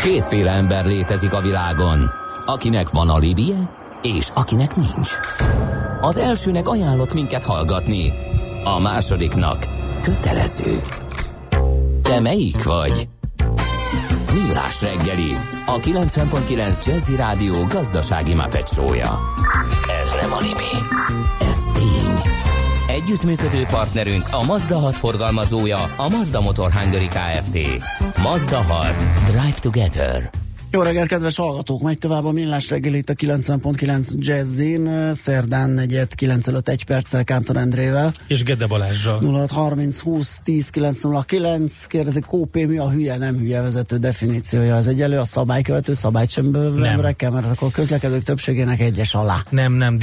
Kétféle ember létezik a világon, akinek van alibije, és akinek nincs. Az elsőnek ajánlott minket hallgatni, a másodiknak kötelező. Te melyik vagy? Millás reggeli, a 90.9 Jazzy Rádió gazdasági Muppet show-ja. Ez nem anime, ez tény. Együttműködő partnerünk a Mazda 6 forgalmazója, a Mazda Motor Hungary Kft. Mazda 6. Drive Together. Jó reggelt, kedves hallgatók! Megy tovább a Millás reggeli itt a 90.9 Jazzin, szerdán 4:09 perccel Kántor Endrével. És Gede Balázsral. 0630 20 10 909. Kérdezik, KP, mi a hülye, nem hülye vezető definíciója? Az egyelő a szabálykövető, szabályt sem bővemre kell, mert akkor a közlekedők többségének egyes alá. Nem,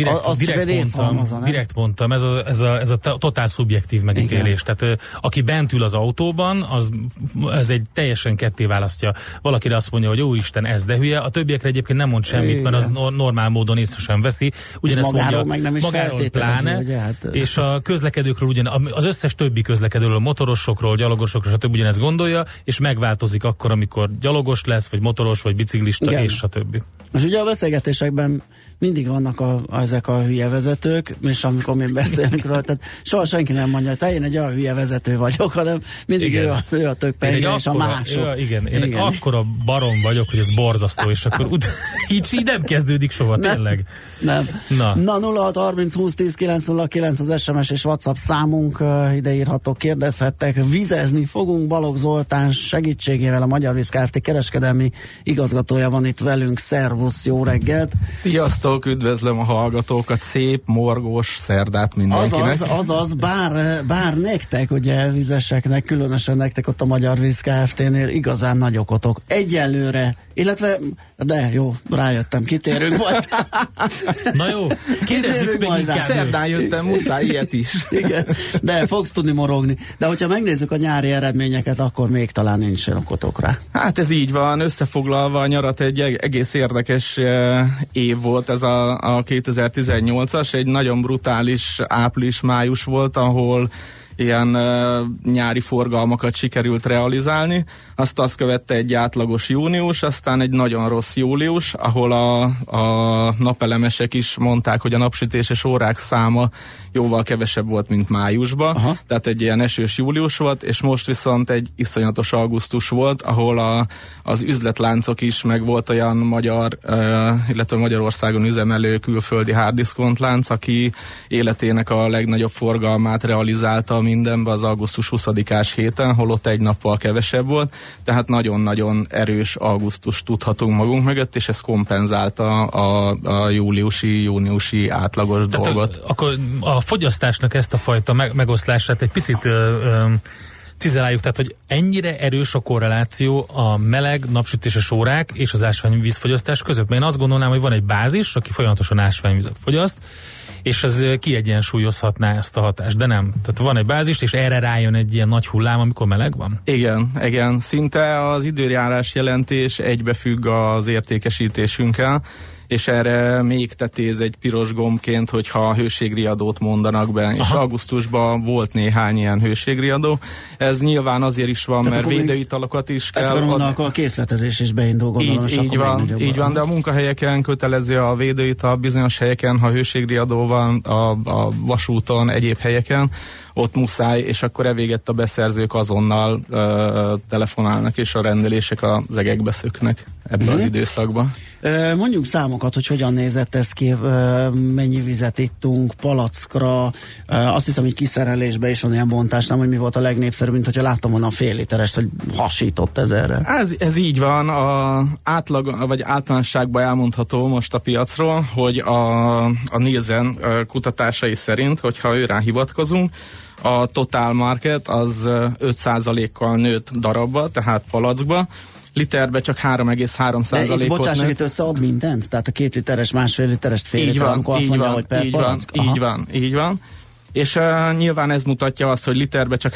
direkt mondtam, ez a totál szubjektív megítélés. Tehát aki bent ül az autóban, ez egy teljesen ketté választja. Valakire azt mondja, hogy úristen, ez de hülye, a többiekre egyébként nem mond semmit, mert az normál módon észre sem veszi. Ugyanezt magáról mondja, meg nem is magáról pláne, ugye, hát. És a közlekedőkről az összes többi közlekedőről, motorosokról, gyalogosokról, stb. Ugyanezt gondolja, és megváltozik akkor, amikor gyalogos lesz, vagy motoros, vagy biciklista, igen. És stb. És ugye a beszélgetésekben mindig vannak ezek a hülye vezetők, és amikor mi beszélünk róla, tehát soha senki nem mondja, hogy én egy olyan hülye vezető vagyok, hanem mindig ő a tök penge, és a mások. Én egy akkora barom vagyok, hogy ez borzasztó, és akkor így nem kezdődik soha, tényleg. Nem. Na 0630 20 10 909 az SMS és WhatsApp számunk, ide írhatok, kérdezhettek, vizezni fogunk. Balogh Zoltán segítségével a Magyar Víz Kft. Kereskedelmi igazgatója van itt velünk. Szervusz, jó reggelt! Sziasztok, üdvözlöm a hallgatókat, szép, morgós szerdát mindenkinek. Azaz, bár nektek, ugye vizeseknek, különösen nektek ott a Magyar Víz Kft.-nél igazán nagy okotok. Egyelőre, illetve, de jó, rájöttem, kitérünk majd. Na jó, kérdezzük meg inkább. Szerdán jöttem, muszáj ilyet is. Igen, de fogsz tudni morogni. De hogyha megnézzük a nyári eredményeket, akkor még talán nincs okotok rá. Hát ez így van, összefoglalva a nyarat egy egész érdekes év volt ez a 2018-as, egy nagyon brutális április-május volt, ahol ilyen nyári forgalmakat sikerült realizálni. Azt követte egy átlagos június, aztán egy nagyon rossz július, ahol a napelemesek is mondták, hogy a napsütéses órák száma jóval kevesebb volt, mint májusban. Aha. Tehát egy ilyen esős július volt, és most viszont egy iszonyatos augusztus volt, ahol az üzletláncok is, meg volt olyan magyar, illetve Magyarországon üzemelő külföldi harddiszkont lánc, aki életének a legnagyobb forgalmát realizálta mindenbe az augusztus 20-ás héten, holott egy nappal kevesebb volt, tehát nagyon-nagyon erős augusztust tudhatunk magunk mögött, és ez kompenzálta a júniusi átlagos dolgot. Akkor a fogyasztásnak ezt a fajta megoszlását egy picit cizeláljuk, tehát hogy ennyire erős a korreláció a meleg, napsütéses órák és az ásványvízfogyasztás között. Mert én azt gondolnám, hogy van egy bázis, aki folyamatosan ásványvizet fogyaszt, és ez kiegyensúlyozhatná ezt a hatást, de nem. Tehát van egy bázis, és erre rájön egy ilyen nagy hullám, amikor meleg van? Igen. Szinte az időjárás jelentés egybefügg az értékesítésünkkel, és erre még tetéz egy piros gombként, hogyha hőségriadót mondanak be. Aha. És augusztusban volt néhány ilyen hőségriadó. Ez nyilván azért is van, tehát mert védőitalokat is kell. Ezt akarom mondani, akkor a készletezés is beindul, gondolom. Így van, de a munkahelyeken kötelező a védőital, bizonyos helyeken, ha hőségriadó van, a vasúton, egyéb helyeken, ott muszáj, és akkor evégett a beszerzők azonnal telefonálnak, és a rendelések az egekbe szöknek ebbe az időszakban. Mondjuk számokat, hogy hogyan nézett ez ki, mennyi vizet ittunk, palackra, azt hiszem, hogy kiszerelésben is van ilyen bontás, nem, hogy mi volt a legnépszerűbb, mint hogyha láttam volna a fél literest, hogy hasított ezerre. Ez így van, átlag, vagy általánosságban elmondható most a piacról, hogy a Nielsen kutatásai szerint, hogyha őrá hivatkozunk, a total market az 5%-kal nőtt darabba, tehát palackba, literbe csak 3,3%-ot. De itt bocsássak, itt összead mindent? Tehát a 2 literes, másfél literest fél liter, amikor azt mondja, hogy per palack? Így van. És nyilván ez mutatja azt, hogy literbe csak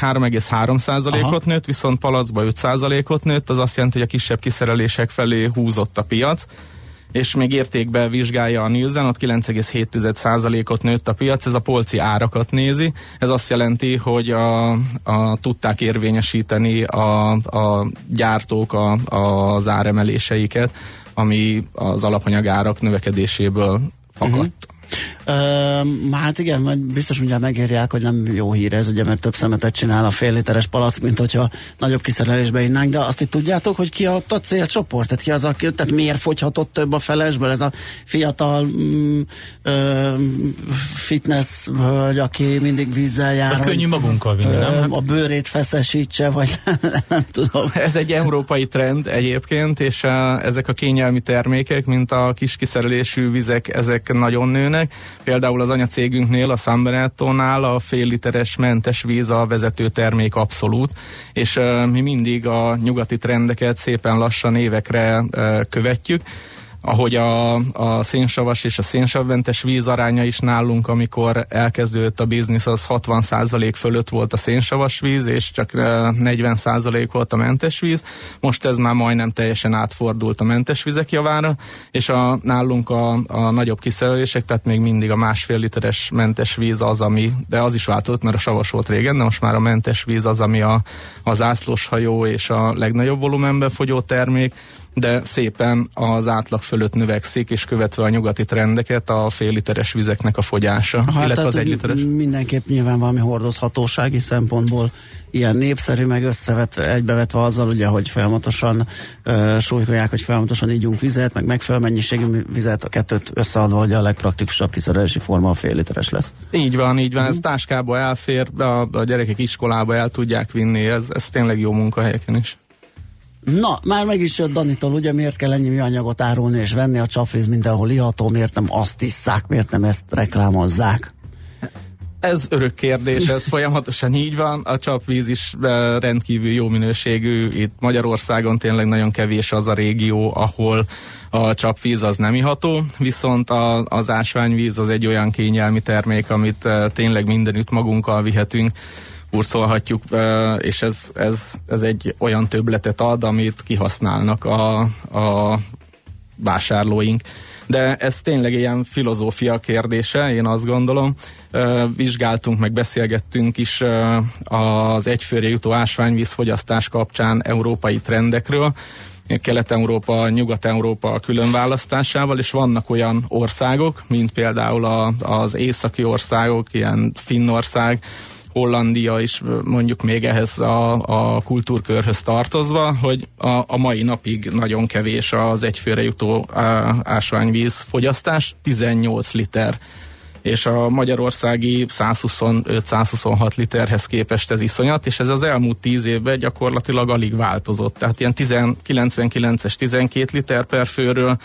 3,3%-ot nőtt, viszont palackba 5%-ot nőtt, az azt jelenti, hogy a kisebb kiszerelések felé húzott a piac, és még értékben vizsgálja a Nielsen, ott 9,7%-ot nőtt a piac, ez a polci árakat nézi. Ez azt jelenti, hogy tudták érvényesíteni a gyártók az áremeléseiket, ami az alapanyagárak növekedéséből fakadt. Hát igen, majd biztos mindjárt megérják, hogy nem jó hír ez, ugye, mert több szemetet csinál a fél literes palack, mint hogyha nagyobb kiszerelésbe innánk, de azt itt tudjátok, hogy ki a célcsoport? Tehát ki az, tehát miért fogyhatott több a felesből? Ez a fiatal fitness hölgy, aki mindig vízzel jár. Könnyű magunkkal vinni, nem? A bőrét feszesítse, vagy nem tudom. Ez egy európai trend egyébként, és ezek a kényelmi termékek, mint a kis kiszerelésű vizek, ezek nagyon nőnek. Például az anyacégünknél, a San Benettónál a fél literes mentes víz a vezető termék abszolút, és mi mindig a nyugati trendeket szépen lassan évekre követjük, ahogy a szénsavas és a szénsavmentes víz aránya is nálunk, amikor elkezdődött a biznisz, az 60% fölött volt a szénsavas víz, és csak 40% volt a mentes víz. Most ez már majdnem teljesen átfordult a mentes vizek javára, és nálunk a nagyobb kiszerelések, tehát még mindig a 1,5 literes mentes víz az, ami, de az is változott, mert a savas volt régen, de most már a mentes víz az, ami az zászlóshajó és a legnagyobb volumenben fogyó termék, de szépen az átlag fölött növekszik, és követve a nyugati trendeket a fél literes vizeknek a fogyása, illetve az 1 literes. Mindenképp nyilván valami hordozhatósági szempontból ilyen népszerű, meg egybevetve azzal, ugye, hogy folyamatosan súlykolják, hogy folyamatosan ígyunk vizet, meg megfelelő mennyiségű vizet, a kettőt összeadva, hogy a legpraktikusabb kiszerelési forma a fél literes lesz. Így van, ez táskába elfér, a gyerekek iskolába el tudják vinni, ez tényleg jó munkahelyeken is. Na, már meg is jött Danitól, ugye, miért kell ennyi műanyagot árulni és venni, a csapvíz mindenhol iható, miért nem azt isszák, miért nem ezt reklámozzák? Ez örök kérdés, ez folyamatosan így van, a csapvíz is rendkívül jó minőségű, itt Magyarországon tényleg nagyon kevés az a régió, ahol a csapvíz az nem iható, viszont az ásványvíz az egy olyan kényelmi termék, amit tényleg mindenütt magunkkal vihetünk, hurcolhatjuk, és ez egy olyan többletet ad, amit kihasználnak a vásárlóink. De ez tényleg ilyen filozófia kérdése, én azt gondolom. Vizsgáltunk, meg beszélgettünk is az egyfőre jutó ásványvíz fogyasztás kapcsán európai trendekről, Kelet-Európa, Nyugat-Európa különválasztásával, és vannak olyan országok, mint például az északi országok, ilyen Finnország, Hollandia is mondjuk még ehhez a kultúrkörhöz tartozva, hogy a mai napig nagyon kevés az egyfőre jutó ásványvíz fogyasztás, 18 liter. És a magyarországi 125-126 literhez képest ez iszonyat, és ez az elmúlt 10 évben gyakorlatilag alig változott. Tehát ilyen 99-es 12 liter per főről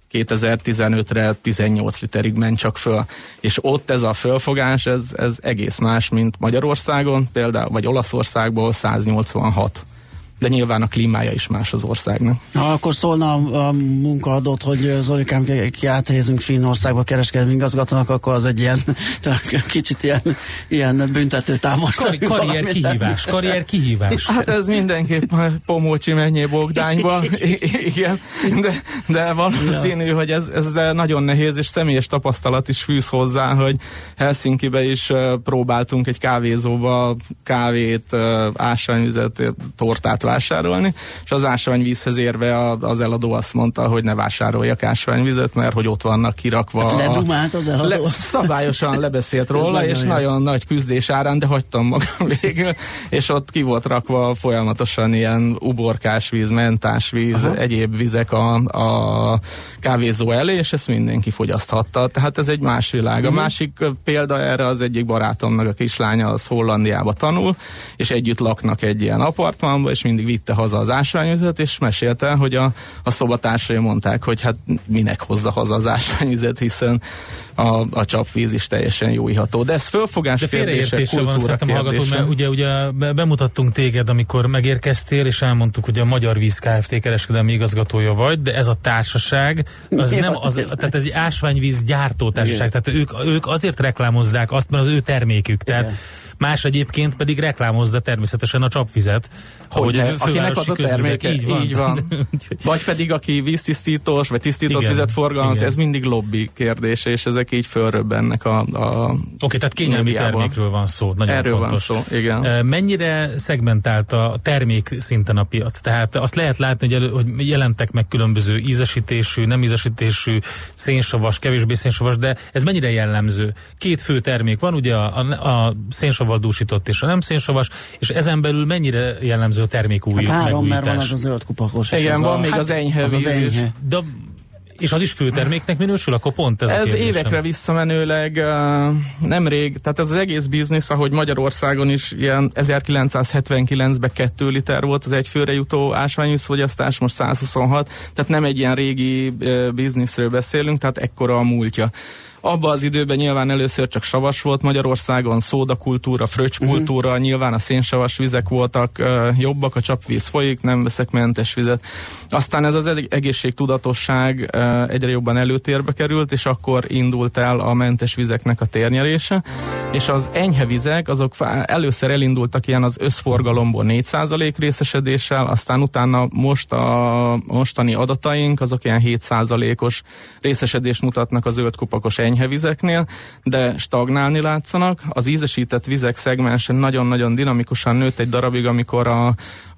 2015-re 18 literig ment csak föl. És ott ez a fölfogás, ez egész más, mint Magyarországon, például, vagy Olaszországból 186. De nyilván a klímája is más az országnak. Ha akkor szólna a munkaadót, hogy Zolikám, ki áthelyezünk Finnországba kereskedelmi igazgatónak, akkor az egy ilyen kicsit ilyen büntető támasztás. Karrier kihívás. Hát ez mindenképp Pomócsi mennyé Bogdányban, igen, de valószínű, hogy ez nagyon nehéz, és személyes tapasztalat is fűz hozzá, hogy Helsinkibe is próbáltunk egy kávézóba kávét, ásványvizet, tortát vásárolni, és az ásványvízhez érve az eladó azt mondta, hogy ne vásároljak ásványvizet, mert hogy ott vannak kirakva. Hát ledumált az eladó. Szabályosan lebeszélt róla, és nagyon nagy küzdés árán, de hagytam magam végül, és ott ki volt rakva folyamatosan ilyen uborkás víz, mentás víz, egyéb vizek a kávézó elé, és ezt mindenki fogyaszthatta. Tehát ez egy más világ. A másik példa erre az egyik barátomnak a kislánya, az Hollandiába tanul, és együtt laknak egy ilyen apartmanban, és mindig vitte haza az ásványvizet, és mesélte, hogy a szobatársai mondták, hogy hát minek hozza haza az ásványvizet, hiszen a csapvíz is teljesen jó iható. De ez fölfogás kérdése, kultúra kérdése. Mert ugye bemutattunk téged, amikor megérkeztél, és elmondtuk, hogy a Magyar Víz Kft. Kereskedelmi igazgatója vagy, de ez a társaság, tehát ez egy ásványvíz gyártótársaság, tehát ők azért reklámozzák azt, mert az ő termékük. Tehát más egyébként pedig reklámozza természetesen a csapvizet, hogy akinek az a terméke, így van. Vagy pedig aki víztisztítós, vagy tisztított vizet forgalmaz, ez mindig lobby kérdése, és ezek így fölröbbennek a Oké, tehát kényelmi termékről van szó, nagyon erről fontos. Van szó, igen. Mennyire szegmentált a termék szinten a piac? Tehát azt lehet látni, hogy jelentek meg különböző ízesítésű, nem ízesítésű, szénsavas, kevésbé szénsavas, de ez mennyire jellemző? Két fő termék van, ugye a szénsavval dúsított és a nem szénsavas, és ezen belül mennyire jellemző a termék új megújítás? 3, mert van az a zöld kupakos. Igen, van még az enyhe víz is. És az is főterméknek minősül, akkor pont ez a évekre visszamenőleg nemrég, tehát ez az egész biznisz, ahogy Magyarországon is ilyen 1979-ben 2 liter volt az egyfőre jutó ásványvízfogyasztás, most 126, tehát nem egy ilyen régi bizniszről beszélünk, tehát ekkora a múltja. Abban az időben nyilván először csak savas volt Magyarországon, szódakultúra, fröccskultúra, nyilván a szénsavas vizek voltak jobbak, a csapvíz folyik, nem veszek mentes vizet. Aztán ez az egészségtudatosság egyre jobban előtérbe került, és akkor indult el a mentes vizeknek a térnyerése, és az enyhe vizek, azok először elindultak ilyen az összforgalomból 4% részesedéssel, aztán utána most a mostani adataink, azok ilyen 7%-os részesedést mutatnak az zöld kupakos enyhe vizeknél, de stagnálni látszanak. Az ízesített vizek szegmensen nagyon-nagyon dinamikusan nőtt egy darabig, amikor a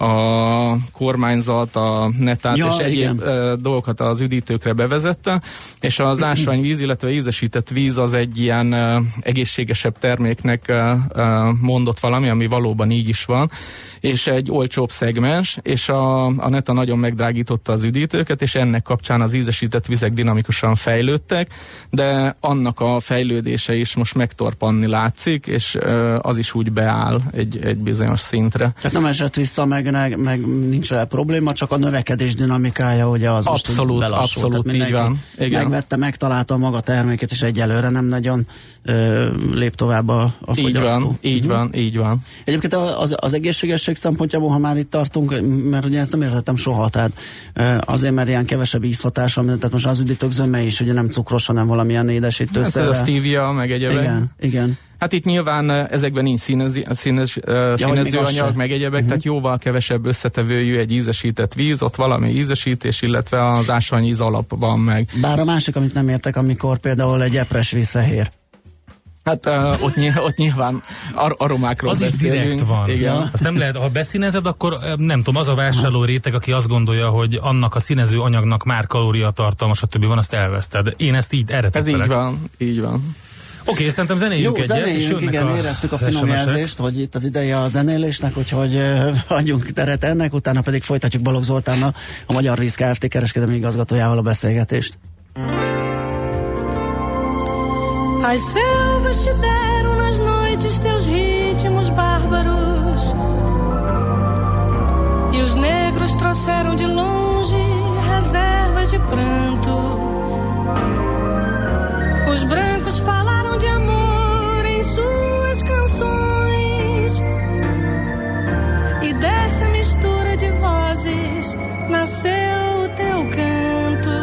kormányzat, a netát és egyéb dolgokat az üdítőkre bevezette, és az ásványvíz, illetve ízesített víz az egy ilyen egészségesebb terméknek mondott valami, ami valóban így is van, és egy olcsóbb szegmens, és a neta nagyon megdrágította az üdítőket, és ennek kapcsán az ízesített vizek dinamikusan fejlődtek, de annak a fejlődése is most megtorpanni látszik, és az is úgy beáll egy bizonyos szintre. Tehát nem esett vissza, meg nincs vele probléma, csak a növekedés dinamikája ugye az abszolút, most belassul. Abszolút, így van. Megvette, megtalálta maga terméket, és egyelőre nem nagyon lép tovább a fogyasztó. Így van. Egyébként az egészségesség szempontjából, ha már itt tartunk, mert ugye ezt nem értettem soha, tehát azért, mert ilyen kevesebb ízhatása, tehát most az üdítők zöme is ugye nem cukros, hanem valamilyen édesítőszer. Ez a stevia, meg egyebek. Igen. Hát itt nyilván ezekben nincs színezőanyag, meg egyebek, tehát jóval kevesebb összetevőjű egy ízesített víz, ott valami ízesítés, illetve az ásványvíz alap van meg. Bár a másik, amit nem értek, amikor például egy epres víz fehér. Hát ott nyilván aromákról az beszélünk. Az is direkt van. Igen. Azt nem lehet, ha beszínezed, akkor nem tudom, az a vásárló réteg, aki azt gondolja, hogy annak a színező anyagnak már kalóriatartalma, stb. Van, azt elveszted. Én ezt erre tettelek. Ez így van. Oké, szerintem zenéljünk egyet. Zenéljünk, igen, éreztük a finom jelzést, hogy itt az ideje a zenélésnek, úgyhogy adjunk teret ennek, utána pedig folytatjuk Balogh Zoltánnal, a Magyar Víz Kft. Kereskedelmi igazgatójával a beszélgetést. As selvas te deram nas noites teus ritmos bárbaros, e os negros trouxeram de longe reservas de pranto. Os brancos falaram de amor em suas canções, e dessa mistura de vozes nasceu o teu canto.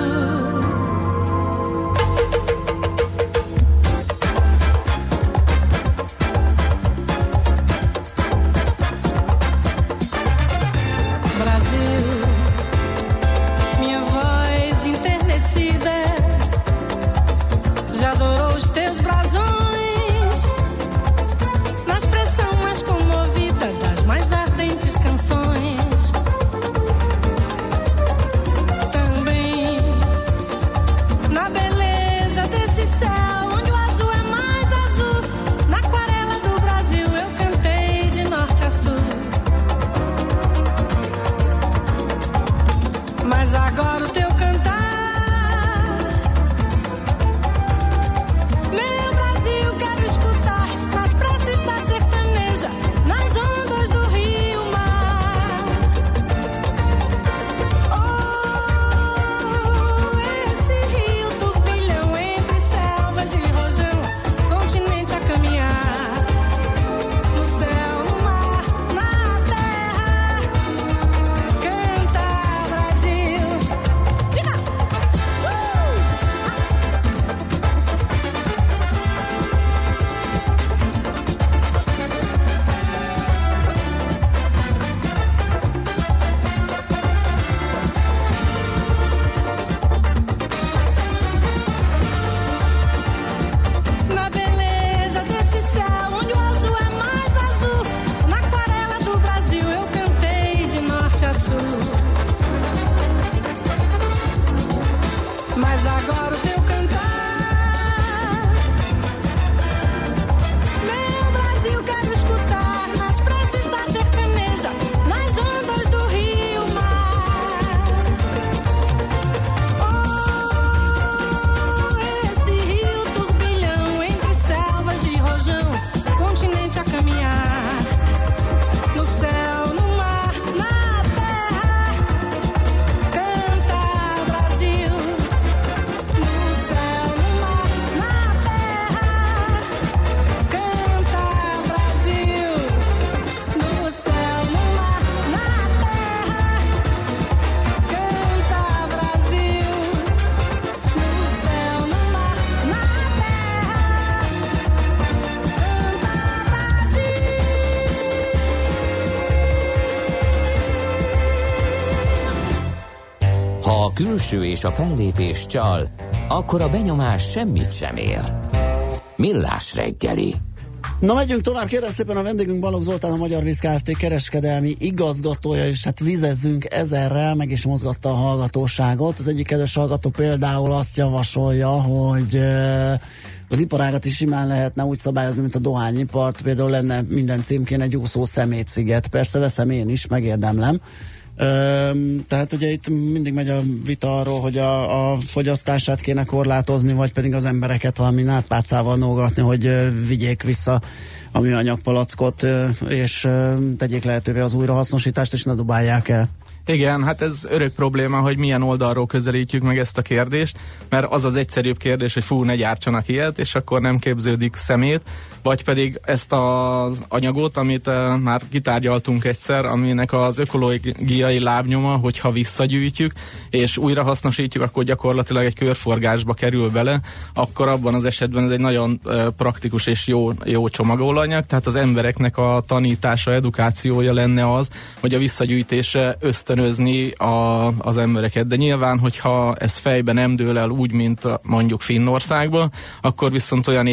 a külső és a fellépés csal, akkor a benyomás semmit sem ér. Millás reggeli. Na, megyünk tovább, kérem szépen, a vendégünk Balogh Zoltán, a Magyar Víz Kft. Kereskedelmi igazgatója, és hát vizezzünk ezerrel, meg is mozgatta a hallgatóságot. Az egyik kedves hallgató például azt javasolja, hogy az iparágat is simán lehetne úgy szabályozni, mint a dohányipart, például lenne minden címkén egy úszó szemétsziget. Persze veszem én is, megérdemlem. Tehát ugye itt mindig megy a vita arról, hogy a fogyasztását kéne korlátozni, vagy pedig az embereket valami nátpácával nógatni, hogy vigyék vissza a műanyag palackot, és tegyék lehetővé az újrahasznosítást, és ne dobálják el. Igen, hát ez örök probléma, hogy milyen oldalról közelítjük meg ezt a kérdést, mert az az egyszerűbb kérdés, hogy ne gyártsanak ilyet, és akkor nem képződik szemét, vagy pedig ezt az anyagot, amit már kitárgyaltunk egyszer, aminek az ökológiai lábnyoma, hogyha visszagyűjtjük, és újrahasznosítjuk, akkor gyakorlatilag egy körforgásba kerül bele, akkor abban az esetben ez egy nagyon praktikus és jó csomagolóanyag, tehát az embereknek a tanítása, edukációja lenne az, hogy a visszagyűjtésre ösztönözni az embereket. De nyilván, hogyha ez fejben nem dől el úgy, mint mondjuk Finnországban, akkor viszont olyan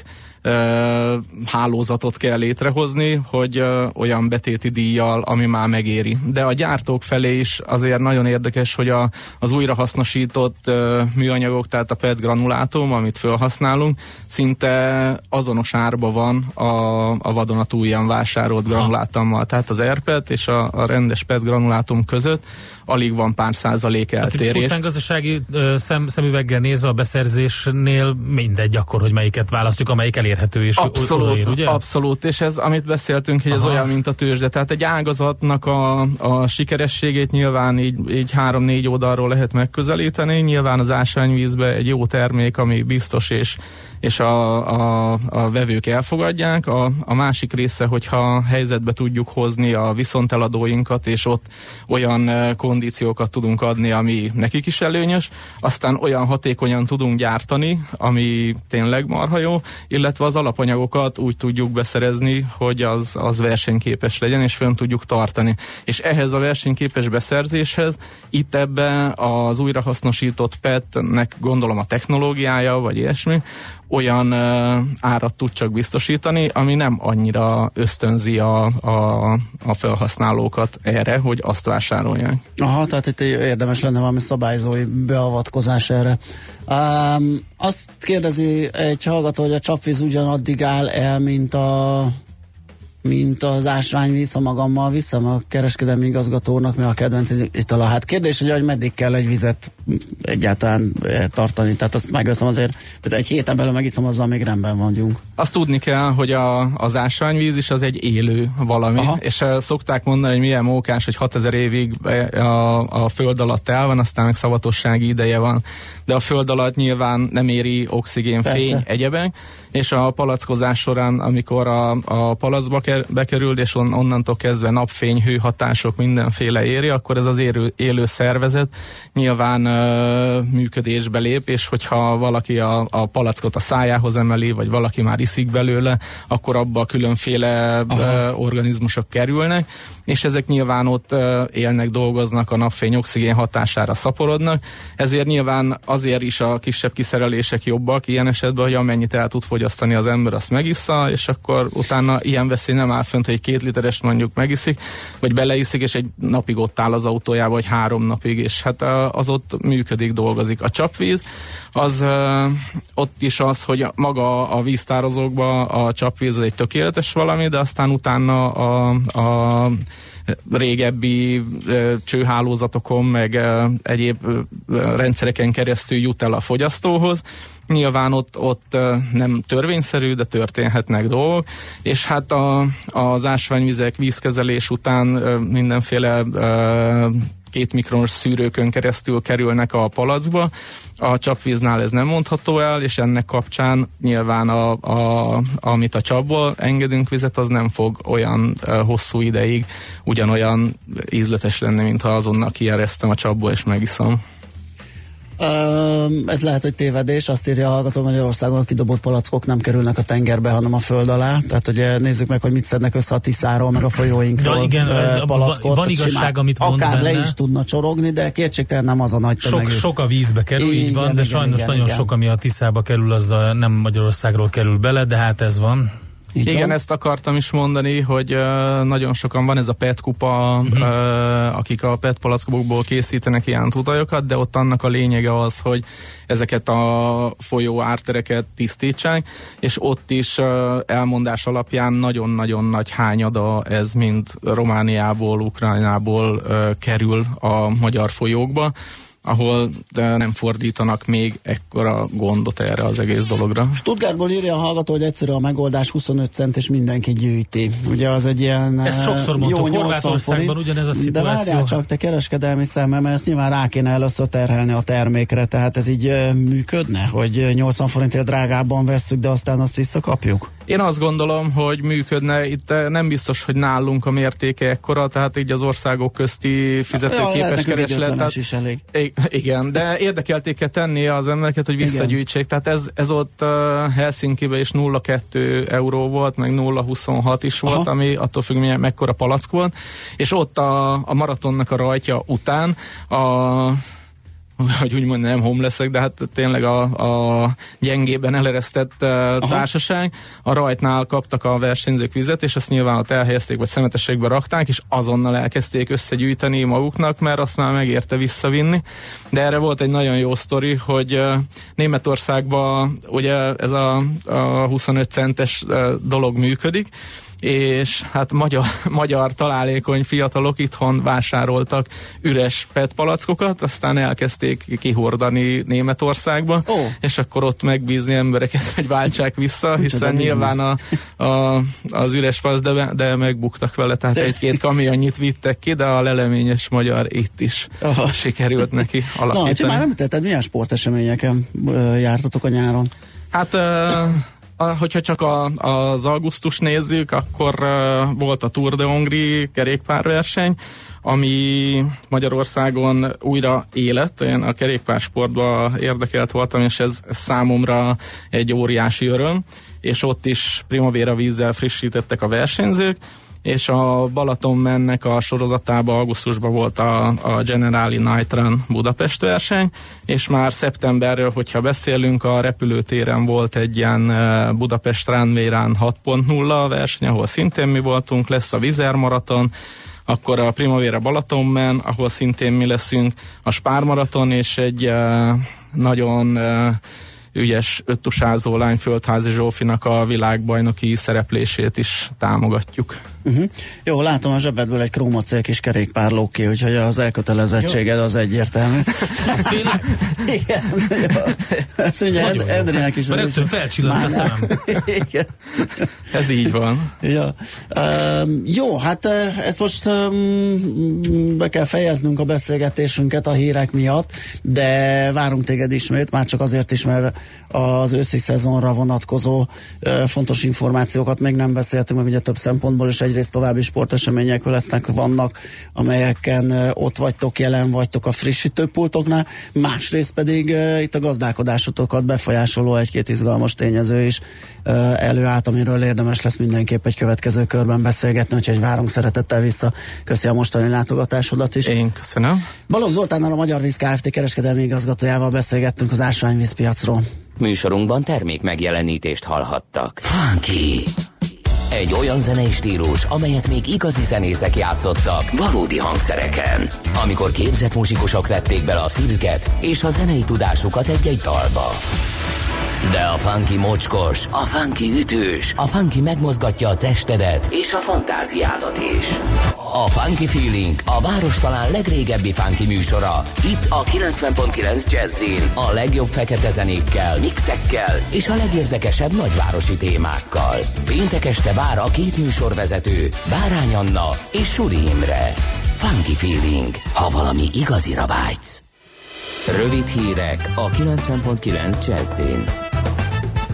hálózatot kell létrehozni, hogy olyan betéti díjjal, ami már megéri. De a gyártók felé is azért nagyon érdekes, hogy az újrahasznosított műanyagok, tehát a PET granulátum, amit felhasználunk, szinte azonos árba van a vadonatújjan vásárolt granulátummal. Tehát az AirPet és a rendes PET granulátum között alig van pár százalék eltérés. Hát pusztán gazdasági szemüveggel nézve a beszerzésnél mindegy akkor, hogy melyiket választjuk, amelyik elérhető és odaér, ugye? Abszolút, és ez, amit beszéltünk, hogy ez olyan, mint a tőzsde. Tehát egy ágazatnak a sikerességét nyilván így 3-4 oldalról lehet megközelíteni. Nyilván az ásványvízbe egy jó termék, ami biztos és a vevők elfogadják. A másik része, hogyha helyzetbe tudjuk hozni a viszonteladóinkat, és ott olyan kondíciókat tudunk adni, ami nekik is előnyös, aztán olyan hatékonyan tudunk gyártani, ami tényleg marha jó, illetve az alapanyagokat úgy tudjuk beszerezni, hogy az versenyképes legyen, és fönn tudjuk tartani. És ehhez a versenyképes beszerzéshez itt ebben az újrahasznosított PET-nek gondolom a technológiája, vagy ilyesmi, olyan árat tud csak biztosítani, ami nem annyira ösztönzi a felhasználókat erre, hogy azt vásárolják. Aha, tehát itt érdemes lenne valami szabályzói beavatkozás erre. Azt kérdezi egy hallgató, hogy a csapvíz ugyanaddig áll el, mint az ásványvíz, ha magammal viszem a kereskedelmi igazgatónak, mi a kedvenc itala. Hát kérdés, hogy meddig kell egy vizet egyáltalán tartani, tehát azt megveszem azért, egy héten belül megiszom, azzal még rendben vagyunk. Azt tudni kell, hogy az ásványvíz is az egy élő valami, aha, és szokták mondani, hogy milyen mókás, hogy 6000 évig a föld alatt el van, aztán meg szavatossági ideje van, de a föld alatt nyilván nem éri oxigén, fény, egyebek, és a palackozás során, amikor a palacba bekerül, és onnantól kezdve napfény, hőhatások, mindenféle éri, akkor ez az élő szervezet nyilván működésbe lép, és hogyha valaki a palackot a szájához emeli, vagy valaki már iszik belőle, akkor abba különféle organizmusok kerülnek, és ezek nyilván ott élnek, dolgoznak, a napfény oxigén hatására szaporodnak, ezért nyilván azért is a kisebb kiszerelések jobbak ilyen esetben, hogy amennyit el tud fogyasztani az ember, azt megissza, és akkor utána ilyen veszély nem áll fönt, hogy egy 2 literes mondjuk megiszik, vagy beleiszik, és egy napig ott áll az autójába, vagy 3 napig, és hát az ott működik, dolgozik. A csapvíz, az ott is az, hogy maga a víztározókban a csapvíz egy tökéletes valami, de aztán utána a régebbi csőhálózatokon, meg egyéb rendszereken keresztül jut el a fogyasztóhoz. Nyilván ott nem törvényszerű, de történhetnek dolgok, és hát az ásványvizek vízkezelés után mindenféle 2 mikronos szűrőkön keresztül kerülnek a palackba. A csapvíznál ez nem mondható el, és ennek kapcsán nyilván amit a csapból engedünk vizet, az nem fog olyan hosszú ideig ugyanolyan ízletes lenni, mintha azonnal kieresztem a csapból és megiszom. Ez lehet, hogy tévedés, azt írja a hallgató, Magyarországon a kidobott palackok nem kerülnek a tengerbe, hanem a föld alá. Tehát ugye nézzük meg, hogy mit szednek össze a Tiszáról, meg a folyóinkról. Igen, palackot. Van igazság, amit mond akár benne. le is tudna csorogni, de kétségtelen nem az a nagy tömegű. Sok a vízbe kerül, így van, de sajnos nagyon sok, ami a Tiszába kerül, az nem Magyarországról kerül bele, de hát ez van. Igen, ezt akartam is mondani, hogy nagyon sokan van ez a PET kupa, akik a PET palackokból készítenek ilyen tutajokat, de ott annak a lényege az, hogy ezeket a folyó ártereket tisztítsák, és ott is elmondás alapján nagyon-nagyon nagy hányada ez mind Romániából, Ukrajnából kerül a magyar folyókba, ahol nem fordítanak még ekkora gondot erre az egész dologra. Stuttgartból írja a hallgató, hogy egyszerű a megoldás, 25 cent és mindenki gyűjti. Ugye az egy ilyen ezt sokszor mondtuk, Horvátországban ugyanez a szituáció. De várjál csak, te kereskedelmi szemmel, mert ezt nyilván rá kéne először terhelni a termékre, tehát ez így működne, hogy 80 forintért drágábban vesszük, de aztán azt visszakapjuk? Én azt gondolom, hogy működne, itt nem biztos, hogy nálunk a mértéke ekkora, tehát így az országok közti fizetőképes kereslet. Is elég. Igen, de érdekelték tenni az embereket, hogy visszagyűjtsék. Tehát ez ott Helsinkiben is 0,2 euró volt, meg 0,26 is volt, ami attól függ, milyen mekkora palack volt. És ott a maratonnak a rajtja után hogy úgymond nem homelessek, de hát tényleg a gyengében eleresztett társaság, a rajtnál kaptak a versenyzők vizet, és ezt nyilván ott elhelyezték, vagy szemetességbe rakták, és azonnal elkezdték összegyűjteni maguknak, mert azt már megérte visszavinni. De erre volt egy nagyon jó sztori, hogy Németországban ugye ez a 25 centes dolog működik, és hát magyar találékony fiatalok itthon vásároltak üres PET palackokat, aztán elkezdték kihordani Németországba, és akkor ott megbízni embereket, hogy váltsák vissza, hiszen nyilván az üres palack, de megbuktak vele, tehát egy-két kamionnyit vittek ki, de a leleményes magyar itt is sikerült neki alakítani. Na, ha már nem tetted, milyen sporteseményeken jártatok a nyáron? Hát hogyha csak az augusztus nézzük, akkor volt a Tour de Hongrie kerékpárverseny, ami Magyarországon újra élet. Én a kerékpársportban érdekelt voltam, és ez számomra egy óriási öröm, és ott is primavera vízzel frissítettek a versenyzők, és a Balatonmennek a sorozatában augusztusban volt a Generali Night Run Budapest verseny, és már szeptemberről, hogyha beszélünk, a repülőtéren volt egy ilyen Budapest Runway Run 6.0 verseny, ahol szintén mi voltunk, lesz a Vizer maraton, akkor a Primavera Balatonmen, ahol szintén mi leszünk, a Spár maraton, és egy nagyon ügyes öttusázó lány Földházi Zsófinak a világbajnoki szereplését is támogatjuk. Jó, látom a zsebedből egy krómacél kis kerékpár lóg ki, úgyhogy az elkötelezettséged az egyértelmű. Igen. Ezt ugye Edrinek is. Rögtön felcsillant a szemem. Igen. Ez így van. Ja. Jó, hát ezt most be kell fejeznünk a beszélgetésünket a hírek miatt, de várunk téged ismét, már csak azért is, mert az őszi szezonra vonatkozó fontos információkat még nem beszéltünk, meg ugye több szempontból is. Egyrészt további sportesemények vannak, amelyeken ott vagytok, jelen vagytok a frissítőpultoknál, másrészt pedig itt a gazdálkodásotokat befolyásoló egy-két izgalmas tényező is előállt, amiről érdemes lesz mindenképp egy következő körben beszélgetni, úgyhogy várunk szeretettel vissza. Köszi a mostani látogatásodat is. Én köszönöm. Balogh Zoltánnal, a Magyar Víz Kft. Kereskedelmi igazgatójával beszélgettünk az ásványvízpiacról. Műsorunkban termék megjelenítést hallhattak. Funky! Egy olyan zenei stílus, amelyet még igazi zenészek játszottak valódi hangszereken. Amikor képzett muzsikusok vették bele a szívüket és a zenei tudásukat egy-egy dalba. De a funky mocskos, a funky ütős, a funky megmozgatja a testedet és a fantáziádat is. A Funky Feeling, a város talán legrégebbi funky műsora. Itt a 90.9 Jazzin a legjobb fekete zenékkel, mixekkel és a legérdekesebb nagyvárosi témákkal. Péntek este vár a két műsorvezető, Bárány Anna és Suri Imre. Funky Feeling, ha valami igazira vágysz. Rövid hírek a 90.9 Jazzin.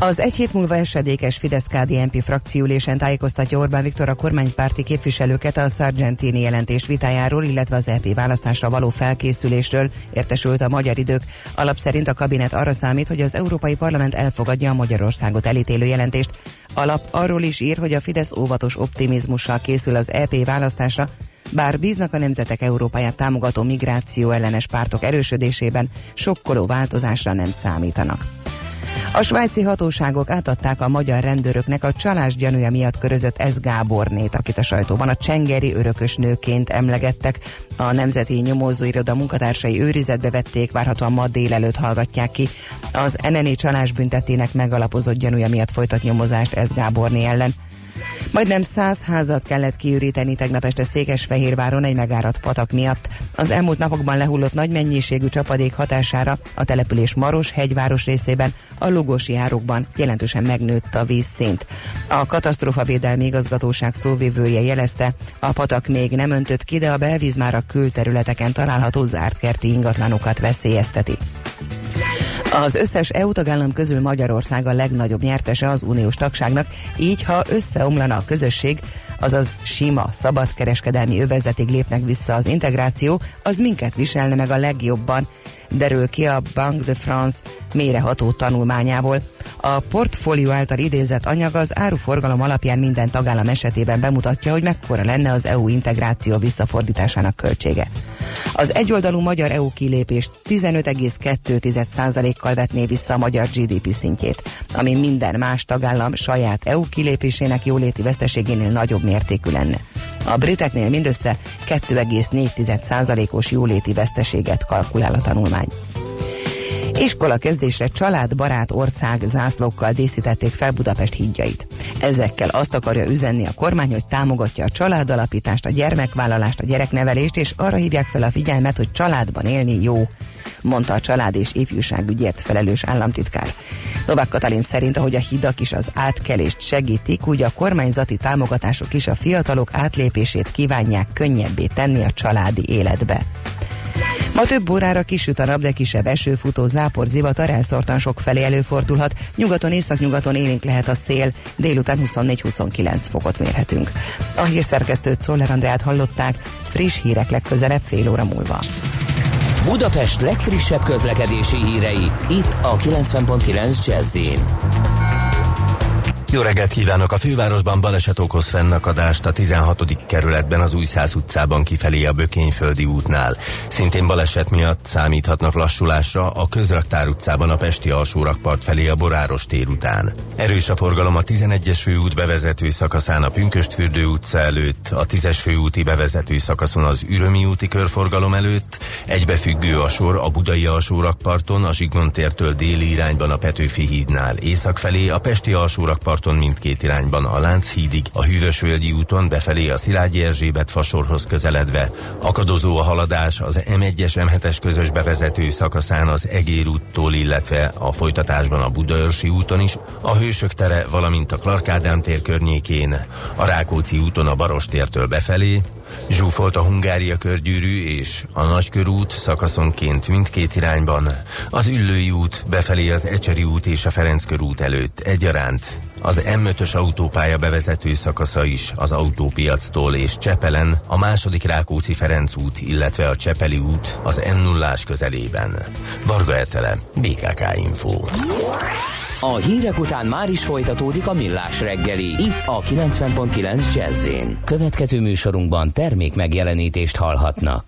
Az egy hét múlva esedékes Fidesz-KDNP frakcióülésen tájékoztatja Orbán Viktor a kormánypárti képviselőket a Sargentini jelentés vitájáról, illetve az EP választásra való felkészülésről, értesült a Magyar Idők. Alap szerint a kabinet arra számít, hogy az Európai Parlament elfogadja a Magyarországot elítélő jelentést. Alap arról is ír, hogy a Fidesz óvatos optimizmussal készül az EP választásra, bár bíznak a nemzetek Európáját támogató migráció ellenes pártok erősödésében, sokkoló változásra nem számítanak. A svájci hatóságok átadták a magyar rendőröknek a csalás gyanúja miatt körözött S. Gábornét, akit a sajtóban a csengeri örökös nőként emlegettek. A Nemzeti Nyomozóiroda munkatársai őrizetbe vették, várhatóan ma délelőtt hallgatják ki. Az NNI csalás büntetének megalapozott gyanúja miatt folytat nyomozást S. Gáborné ellen. Majdnem 100 házat kellett kiüríteni tegnap este Székesfehérváron egy megáradt patak miatt. Az elmúlt napokban lehullott nagy mennyiségű csapadék hatására a település Maros-hegyváros részében, a Lugosi árokban jelentősen megnőtt a vízszint. A katasztrófavédelmi igazgatóság szóvivője jelezte, a patak még nem öntött ki, de a belvíz már a külterületeken található zárt kerti ingatlanokat veszélyezteti. Az összes EU tagállam közül Magyarország a legnagyobb nyertese az uniós tagságnak, így ha összeomlana a közösség, azaz sima, szabadkereskedelmi övezetig lépnek vissza az integráció, az minket viselne meg a legjobban, derül ki a Banque de France mélyreható tanulmányából. A portfólió által idézett anyag az áruforgalom alapján minden tagállam esetében bemutatja, hogy mekkora lenne az EU integráció visszafordításának költsége. Az egyoldalú magyar EU kilépést 15,2%-kal vetné vissza a magyar GDP szintjét, ami minden más tagállam saját EU kilépésének jóléti veszteségénél nagyobb mértékű lenne. A briteknél mindössze 2,4%-os jóléti veszteséget kalkulál a tanulmány. Iskola kezdésre családbarát ország zászlókkal díszítették fel Budapest hídjait. Ezekkel azt akarja üzenni a kormány, hogy támogatja a családalapítást, a gyermekvállalást, a gyereknevelést, és arra hívják fel a figyelmet, hogy családban élni jó, mondta a család és ifjúságügyért felelős államtitkár. Novák Katalin szerint, ahogy a hidak is az átkelést segítik, úgy a kormányzati támogatások is a fiatalok átlépését kívánják könnyebbé tenni a családi életbe. Ma több órára kisüt a nap, de kisebb esőfutó, zápor, zivatar elszórtan sok felé előfordulhat. Nyugaton, északnyugaton élénk lehet a szél, délután 24-29 fokot mérhetünk. A hírszerkesztőt, Czoller Andreát hallották, friss hírek legközelebb fél óra múlva. Budapest legfrissebb közlekedési hírei, itt a 90.9 Jazz-in. Jó reggelt kívánok! A fővárosban baleset okoz fennakadást a 16. kerületben az Újszász utcában kifelé a Bökényföldi útnál. Szintén baleset miatt számíthatnak lassulásra a Közraktár utcában a Pesti alsórakpart felé a Boráros tér után. Erős a forgalom a 11-es főút bevezető szakaszán a Pünkösdfürdő utca előtt, a 10-es főúti bevezető szakaszon az Ürömi úti körforgalom előtt, egybefüggő a sor a Budai alsórakparton, a Zsigmond tértől déli irányban a Petőfi hídnál, észak felé a Pesti alsórakparton mindkét irányban a Lánchídig, a Hűvösvölgyi úton befelé a Szilágyi Erzsébet fasorhoz közeledve, akadozó a haladás az M1-es M7-es közös bevezető szakaszán az Egér úttól, illetve a folytatásban a Budaörsi úton is, a Hősök tere, valamint a Clark Ádám tér környékén, a Rákóczi úton a Barostértől befelé, zsúfolt a Hungária körgyűrű és a Nagykörút szakaszonként mindkét irányban, az Üllői út befelé az Ecseri út és a Ferenc körút előtt egyaránt, az M5-ös autópálya bevezető szakasza is az autópiactól és Csepelen, a második Rákóczi-Ferenc út, illetve a Csepeli út az M0-ás közelében. Varga Etele, BKK Info. A hírek után már is folytatódik a Millás reggeli, itt a 90.9 Jazz-in. Következő műsorunkban termék megjelenítést hallhatnak.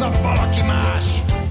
valaki más.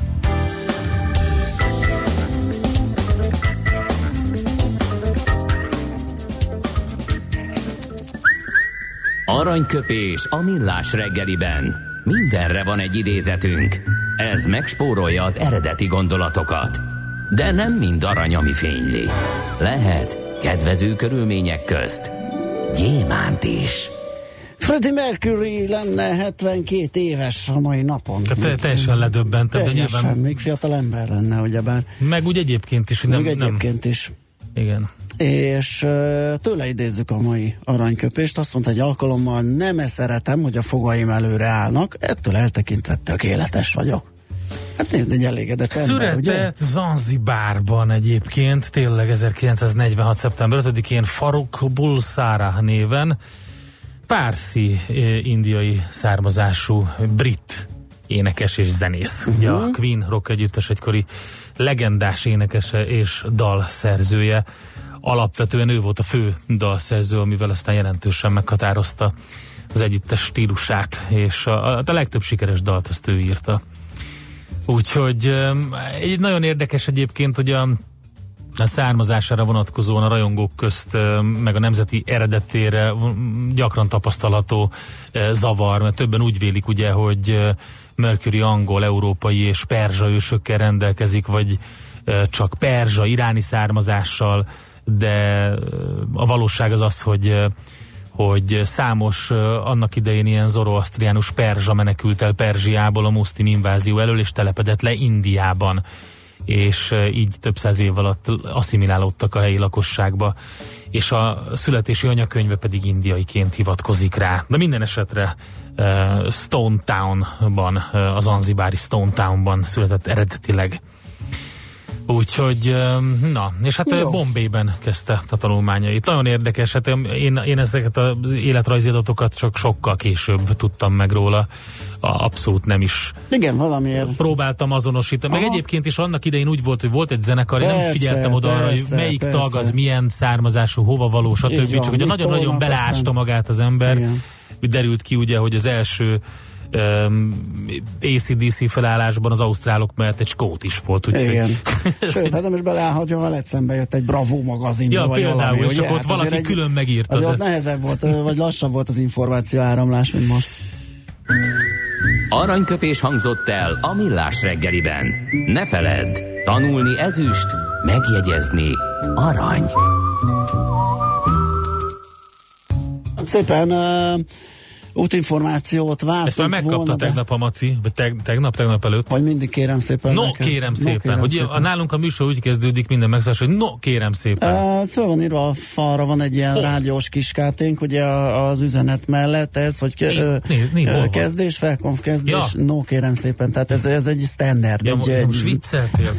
Aranyköpés a millás reggeliben. Mindenre van egy idézetünk. Ez megspórolja az eredeti gondolatokat. De nem mind arany, ami fényli. Lehet kedvező körülmények közt gyémánt is. Freddie Mercury lenne 72 éves a mai napon. Teljesen ledöbbentem. Teljesen, nyilván... még fiatal ember lenne, ugyebár. Meg úgy egyébként is. Meg egyébként is. Igen. És tőle idézzük a mai aranyköpést. Azt mondta egy alkalommal, nem szeretem, hogy a fogaim előre állnak, ettől eltekintve tökéletes vagyok. Hát nézd, egy elégedett ember, ugye? Született Zanzibárban egyébként, tényleg 1946. szeptember 5-én Farrukh Bulsara néven, pársi indiai származású brit énekes és zenész. Ugye a Queen rock együttes egykori legendás énekese és dalszerzője. Alapvetően ő volt a fő dalszerző, amivel aztán jelentősen meghatározta az együttes stílusát, és a legtöbb sikeres dalt azt ő írta. Úgyhogy egy nagyon érdekes egyébként, hogy a származására vonatkozóan a rajongók közt, meg a nemzeti eredetére gyakran tapasztalható zavar, mert többen úgy vélik ugye, hogy Mercury angol, európai és perzsa ősökkel rendelkezik, vagy csak perzsa, iráni származással, de a valóság az az, hogy számos annak idején ilyen zoroasztriánus perzsa menekült el Perzsiából a muszlim invázió elől, és telepedett le Indiában, és így több száz év alatt asszimilálódtak a helyi lakosságba, és a születési anyakönyve pedig indiaiként hivatkozik rá. De minden esetre Stone Townban, az zanzibári Stone Townban született eredetileg. Úgyhogy, na, és hát Bombayben kezdte a tanulmányait. Nagyon érdekes, hát én ezeket az életrajzi adatokat csak sokkal később tudtam meg róla. Abszolút nem is. Igen, valamiért. Próbáltam azonosítani. Meg egyébként is annak idején úgy volt, hogy volt egy zenekar, én nem figyeltem oda arra, hogy melyik tag az milyen származású, hova való, stb. Csak hogy nagyon-nagyon beleásta magát az ember. Igen. Derült ki ugye, hogy az első AC/DC felállásban az ausztrálok mellett egy skót is volt. Igen. Sőt, hát nem is beleállhatja, ha szembe jött egy Bravo magazinba, vagy például, valami. És Ugye? ott valaki külön megírta. Azért ott nehezebb volt, vagy lassabb volt az információ áramlás, mint most. Aranyköpés hangzott el a millás reggeliben. Ne feledd, tanulni ezüst, megjegyezni arany. Szépen útinformációt vártunk. Ezt már megkapta tegnap a Maci, vagy tegnap előtt. Vagy mindig kérem szépen. Kérem szépen. Hogy nálunk a műsor úgy kezdődik minden megszállás, hogy kérem szépen. Szóval van írva a falra, van egy ilyen rádiós kiskáténk, ugye az üzenet mellett ez, hogy kezdés, felkonf kezdés, kérem szépen. Tehát ez egy standard. Most vicceltél.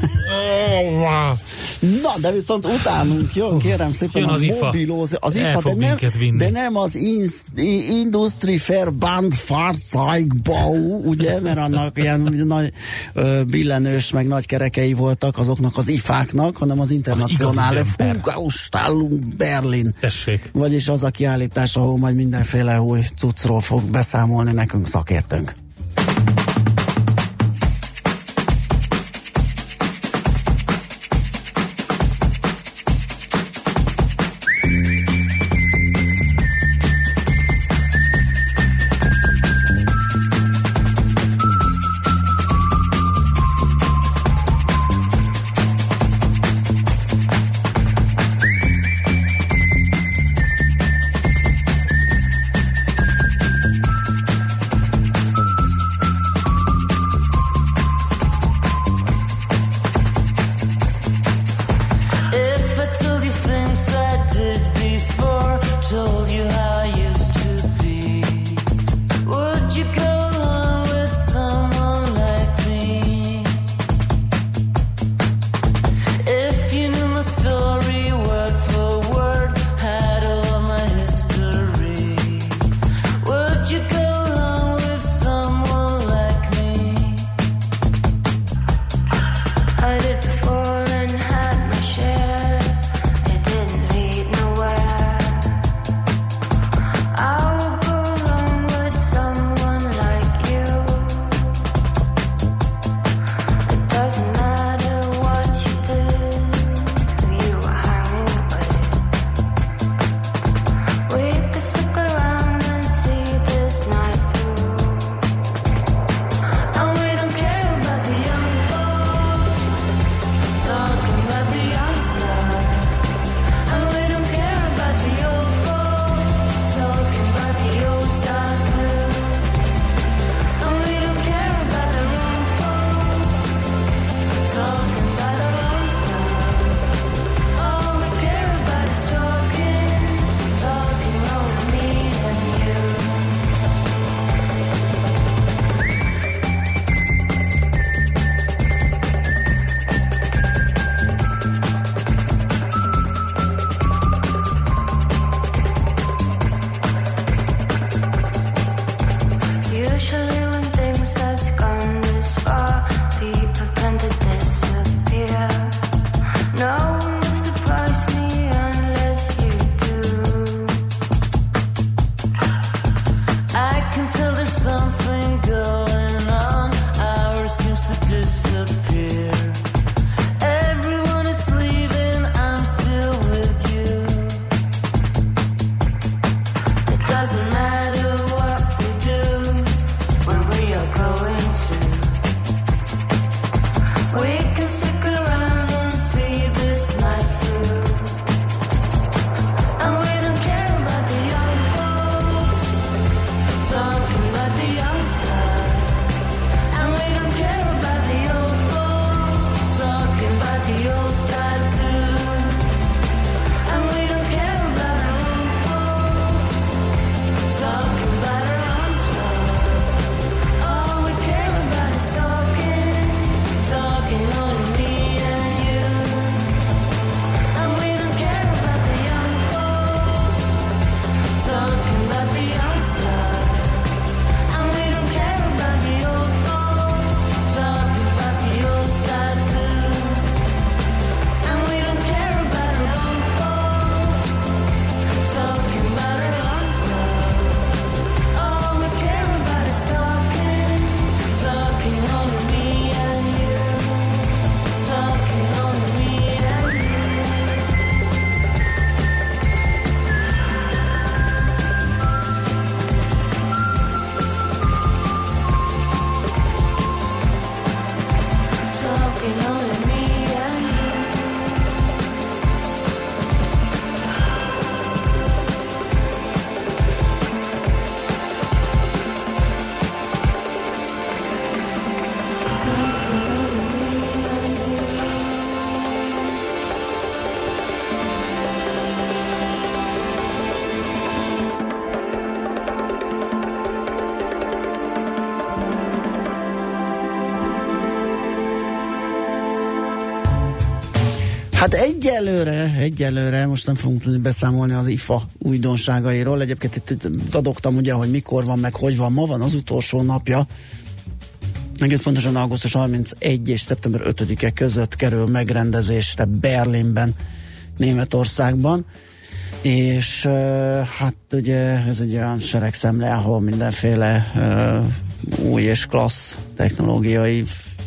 Na, de viszont utánunk, jó, kérem szépen. Jön az IFA. Az IFA, de nem az Industrie Verband Fahrzeugbau, ugye, mert annak ilyen nagy billenős, meg nagy kerekei voltak azoknak az IFA-knak, hanem az Internationale Funkausstellung Berlin. Tessék. Vagyis az a kiállítás, ahol majd mindenféle új cuccról fog beszámolni nekünk szakértőnk. Hát egyelőre most nem fogunk tudni beszámolni az IFA újdonságairól. Egyébként itt adogtam ugye, hogy mikor van, meg hogy van. Ma van az utolsó napja. Egész pontosan augusztus 31 és szeptember 5-e között kerül megrendezésre Berlinben, Németországban. És hát ugye ez egy olyan seregszemle, ahol mindenféle új és klassz technológiai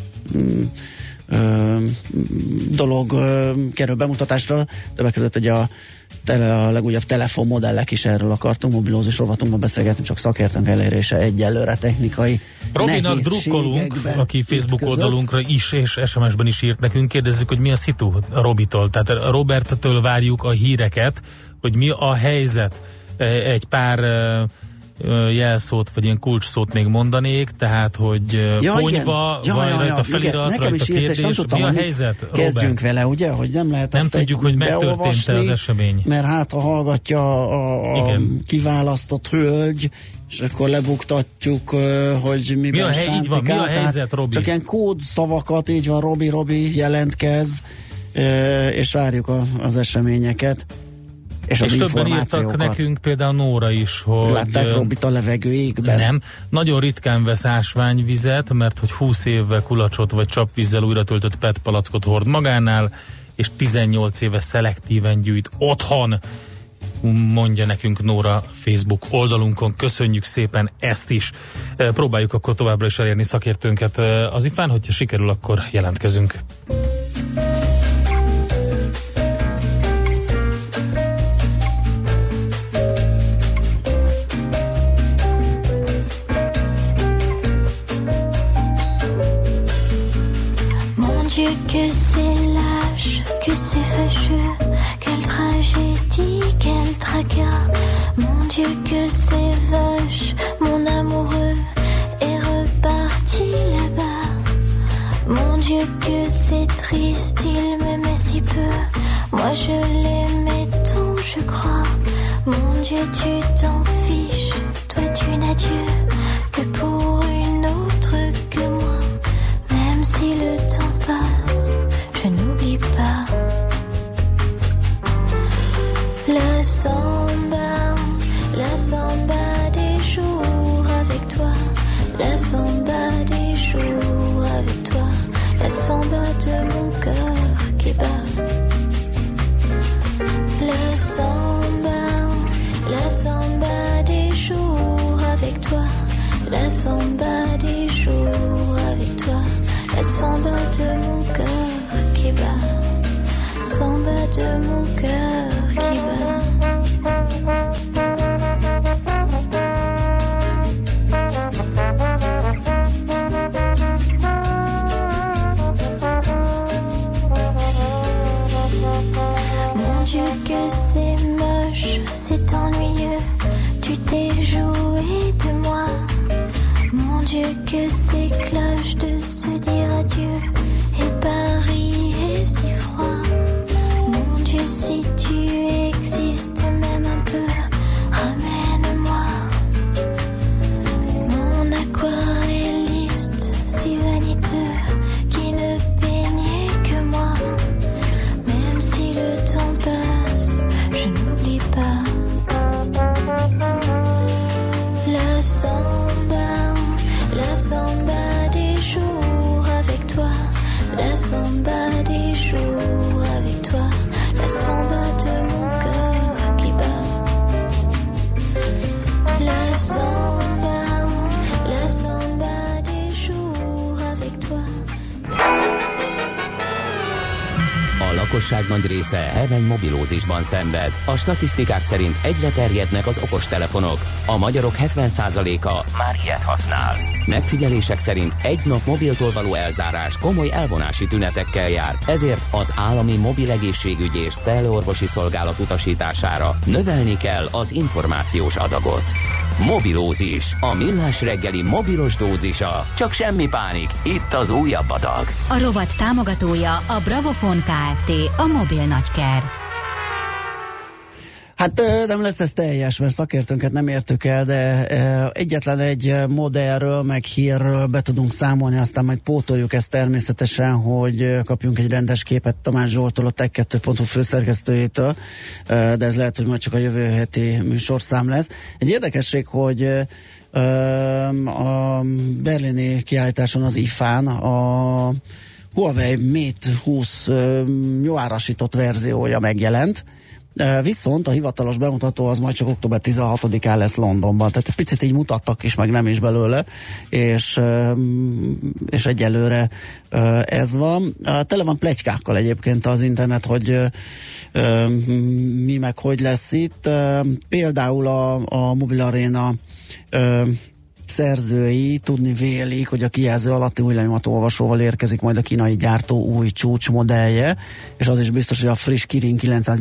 dolog kerül bemutatásra, többek között ugye a legújabb telefonmodellek is erről akartunk mobilózis rovatunkban beszélgetni, csak szakértőnk elérése egyelőre technikai Robinak drukkolunk, aki Facebook oldalunkra is és SMS-ben is írt nekünk, kérdezzük, hogy mi a szitu a Robitól. Tehát Roberttől várjuk a híreket, hogy mi a helyzet. Egy pár jelszót, vagy ilyen kulcsszót még mondanék, tehát, hogy ponyva, vagy rajta felirat, rajta kérdés, mi a helyzet, Robert? Kezdjünk vele, ugye, hogy nem lehet nem tudjuk, hogy megtörtént-e az esemény. Mert hát, ha hallgatja a kiválasztott hölgy, és akkor lebuktatjuk, hogy miben így van, mi a helyzet, Robi? Csak ilyen kódszavakat, így van, Robi, jelentkez, és várjuk az eseményeket. És többen írtak nekünk, például Nóra is, hogy... Látták Robit a levegő égben? Nem. Nagyon ritkán vesz ásványvizet, mert hogy 20 éve kulacsot vagy csapvízzel újra töltött PET palackot hord magánál, és 18 éve szelektíven gyűjt otthon, mondja nekünk Nóra Facebook oldalunkon. Köszönjük szépen ezt is. Próbáljuk akkor továbbra is elérni szakértőnket az IFA-n, hogyha sikerül, akkor jelentkezünk. Que c'est lâche, que c'est fâcheux, quelle tragédie, quel tracas. Mon Dieu que c'est vache, mon amoureux est reparti là-bas. Mon Dieu que c'est triste, il m'aimait si peu, moi je l'aimais tant, je crois. Mon Dieu tu t'en fiches, toi tu n'as Dieu que pour une autre que moi. Même si le temps passe, je n'oublie pas. La samba des jours avec toi. La samba des jours avec toi. La samba de mon cœur qui bat. La samba des jours avec toi. La samba des jours avec toi. La samba de mon cœur qui bat. Samba de mon cœur qui bat. Mon Dieu que c'est moche, c'est ennuyeux. Tu t'es joué de moi. Mon Dieu que c'est cloche de se dire adieu. Et Paris est si froid. Mon Dieu si tu existes même un peu, ramène-moi. Mon aquarelliste si vaniteux qui ne peignait que moi. Même si le temps passe, je n'oublie pas. La samba des jours avec toi. La samba des jours avec toi. La samba de mon cœur qui bat. La samba des jours avec toi. A lakosság nagy része heveny mobilózisban szenved. A statisztikák szerint egyre terjednek az okostelefonok. A magyarok 70%-a már ilyet használ. Megfigyelések szerint egy nap mobiltól való elzárás komoly elvonási tünetekkel jár. Ezért az állami mobil egészségügyi és cellorvosi szolgálat utasítására növelni kell az információs adagot. Mobilózis. A millás reggeli mobilos dózisa. Csak semmi pánik. Itt az újabb adag. A rovat támogatója a Bravofon Kft. A mobil nagyker. Hát nem lesz ez teljes, mert szakértőnket nem értük el, de egyetlen egy modellről, meg hírről be tudunk számolni, aztán majd pótoljuk ezt természetesen, hogy kapjunk egy rendes képet Tamás Zsoltól, a Tech2.hu főszerkesztőjétől, de ez lehet, hogy majd csak a jövő heti műsorszám lesz. Egy érdekesség, hogy a berlini kiállításon, az IFA-n a Huawei Mate 20 jó árasított verziója megjelent, viszont a hivatalos bemutató az majd csak október 16-án lesz Londonban, tehát egy picit így mutattak is, meg nem is belőle, és egyelőre ez van. Tele van pletykákkal egyébként az internet, hogy mi meg hogy lesz itt. Például a Mobil Arena szerzői tudni vélik, hogy a kijelző alatti új lenyomatolvasóval érkezik majd a kínai gyártó új csúcsmodellje, és az is biztos, hogy a friss Kirin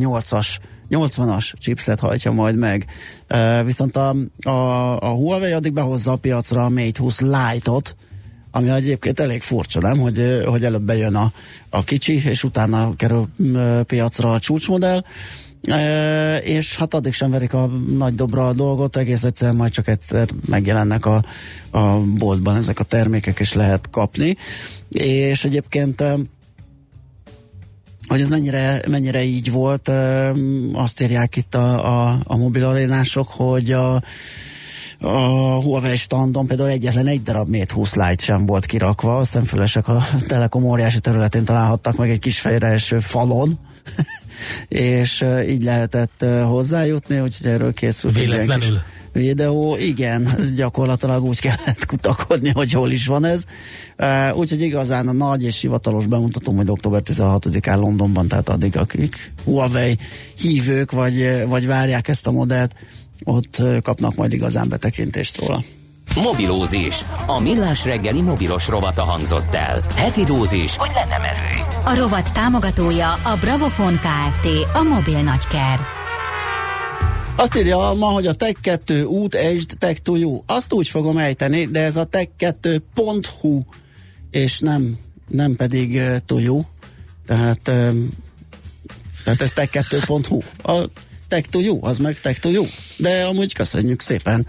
980-as chipset hajtja majd meg. Viszont a Huawei addig behozza a piacra a Mate 20 Lite-ot, ami egyébként elég furcsa, nem? Hogy előbb bejön a kicsi, és utána kerül piacra a csúcsmodell. És hát addig sem verik a nagy dobra a dolgot, egész egyszerűen majd csak egyszer megjelennek a boltban ezek a termékek, és lehet kapni. És egyébként hogy ez mennyire így volt, azt írják itt a mobilarénások, hogy a Huawei standon például egyetlen egy darab Mate 20 Lite sem volt kirakva, a szemfülesek a Telekom óriási területén találhattak meg egy kis fejre eső falon, és így lehetett hozzájutni, úgyhogy erről készült véletlenül videó, igen, gyakorlatilag úgy kellett kutakodni, hogy hol is van ez. Úgyhogy igazán a nagy és hivatalos bemutatom, hogy október 16-án Londonban, tehát addig akik Huawei hívők, vagy várják ezt a modellt, ott kapnak majd igazán betekintést róla. Mobilózis. A millás reggeli mobilos rovata hangzott el. Heti dózis, hogy lenne merő. A rovat támogatója a Bravofon Kft. A mobil nagyker. Azt írja ma, hogy a Tech2 út Edged Tech2U. Azt úgy fogom ejteni, de ez a tech2.hu, és nem pedig to-you. Tehát ez tech2.hu. A Tech2U, az meg Tech2U. De amúgy köszönjük szépen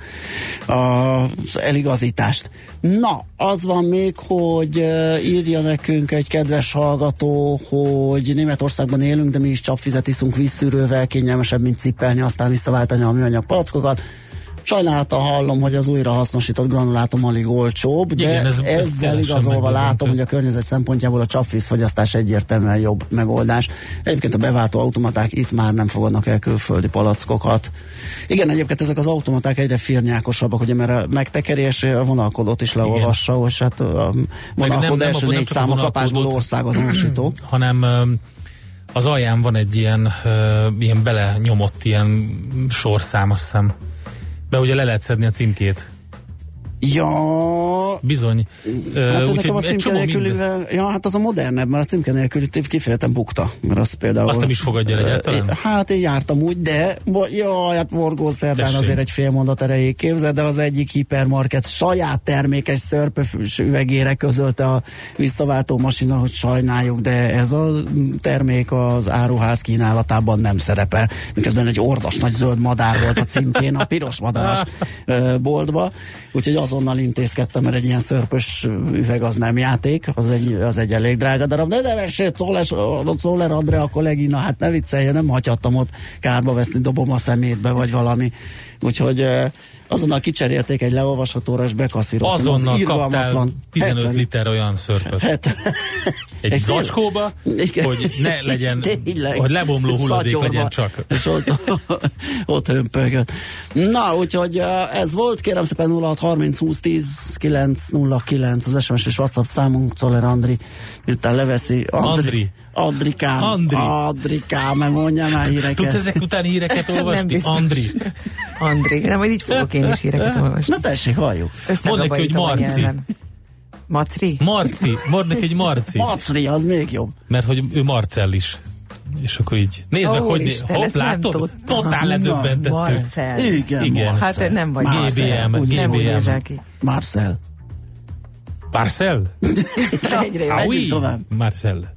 az eligazítást. Na, az van még, hogy írja nekünk egy kedves hallgató, hogy Németországban élünk, de mi is csapvizet iszunk vízszűrővel, kényelmesebb, mint cippelni, aztán visszaváltani a műanyag palackokat. Sajnáltan hallom, hogy az újrahasznosított granulátum alig olcsóbb, de igen, ezzel igazolva látom, hogy a környezet szempontjából a csapvízfogyasztás egyértelműen jobb megoldás. Egyébként a beváltó automaták itt már nem fogadnak el külföldi palackokat. Igen, egyébként ezek az automaták egyre firnyákosabbak, ugye, mert megtekeri, és a vonalkodót is leolvassa, és hát a vonalkód első 4 számú kapásból országazonosító. Hanem az alján van egy ilyen belenyomott ilyen sorszám, azt hiszem. De ugye le lehet szedni a címkét. Ja. Bizony. Hát nekem a címke nélkülivel, hát az a modernebb, mert a címke nélküli kifejezetten bukta. Mert az például... Azt nem is fogadja egyáltalán? Hát én jártam úgy, de hát Morgószerdán azért egy fél mondat erejéig képzeld el, az egyik hipermarket saját termékes szörpös üvegére közölte a visszaváltó masina, hogy sajnáljuk, de ez a termék az áruház kínálatában nem szerepel. Miközben egy ordas nagy zöld madár volt a címkén, a piros madaras boltba. Úgyhogy azonnal intézkedtem, mert egy ilyen szörpös üveg az nem játék, az egy elég drága darab. De nevessél, Szóler Andrea kollégina, hát ne viccelje, nem hagyhattam ott kárba veszni, dobom a szemétbe, vagy valami. Úgyhogy azonnal kicserélték egy leolvashatóra, és bekaszíroztam. Azonnal kaptál 15 liter olyan szörpöt. Egy zacskóba, hogy ne legyen, tényleg, hogy lebomló hulladék legyen csak. És ott hömpögött. Na, úgyhogy ez volt, kérem szépen 0630 20 10 909 az SMS és WhatsApp számunk, Czoller Andri, miután leveszi Andrikám, mert mondja már híreket. Tudsz ezek után híreket olvasni? Andri, nem, majd így fogok én is híreket olvasni. Na tessék, halljuk. Mondd neki, hogy Marci. Macri? Mondd neki, hogy Marci. Macri, az még jobb. Mert hogy ő Marcell is. És akkor így. Nézd meg, hogy hopp, látod? Totál ledöbbentettük. Marcell. Igen. Hát nem vagy. GBM. Nem úgy nézel ki. Marcell. Marcell? Egyre jó. Marcell.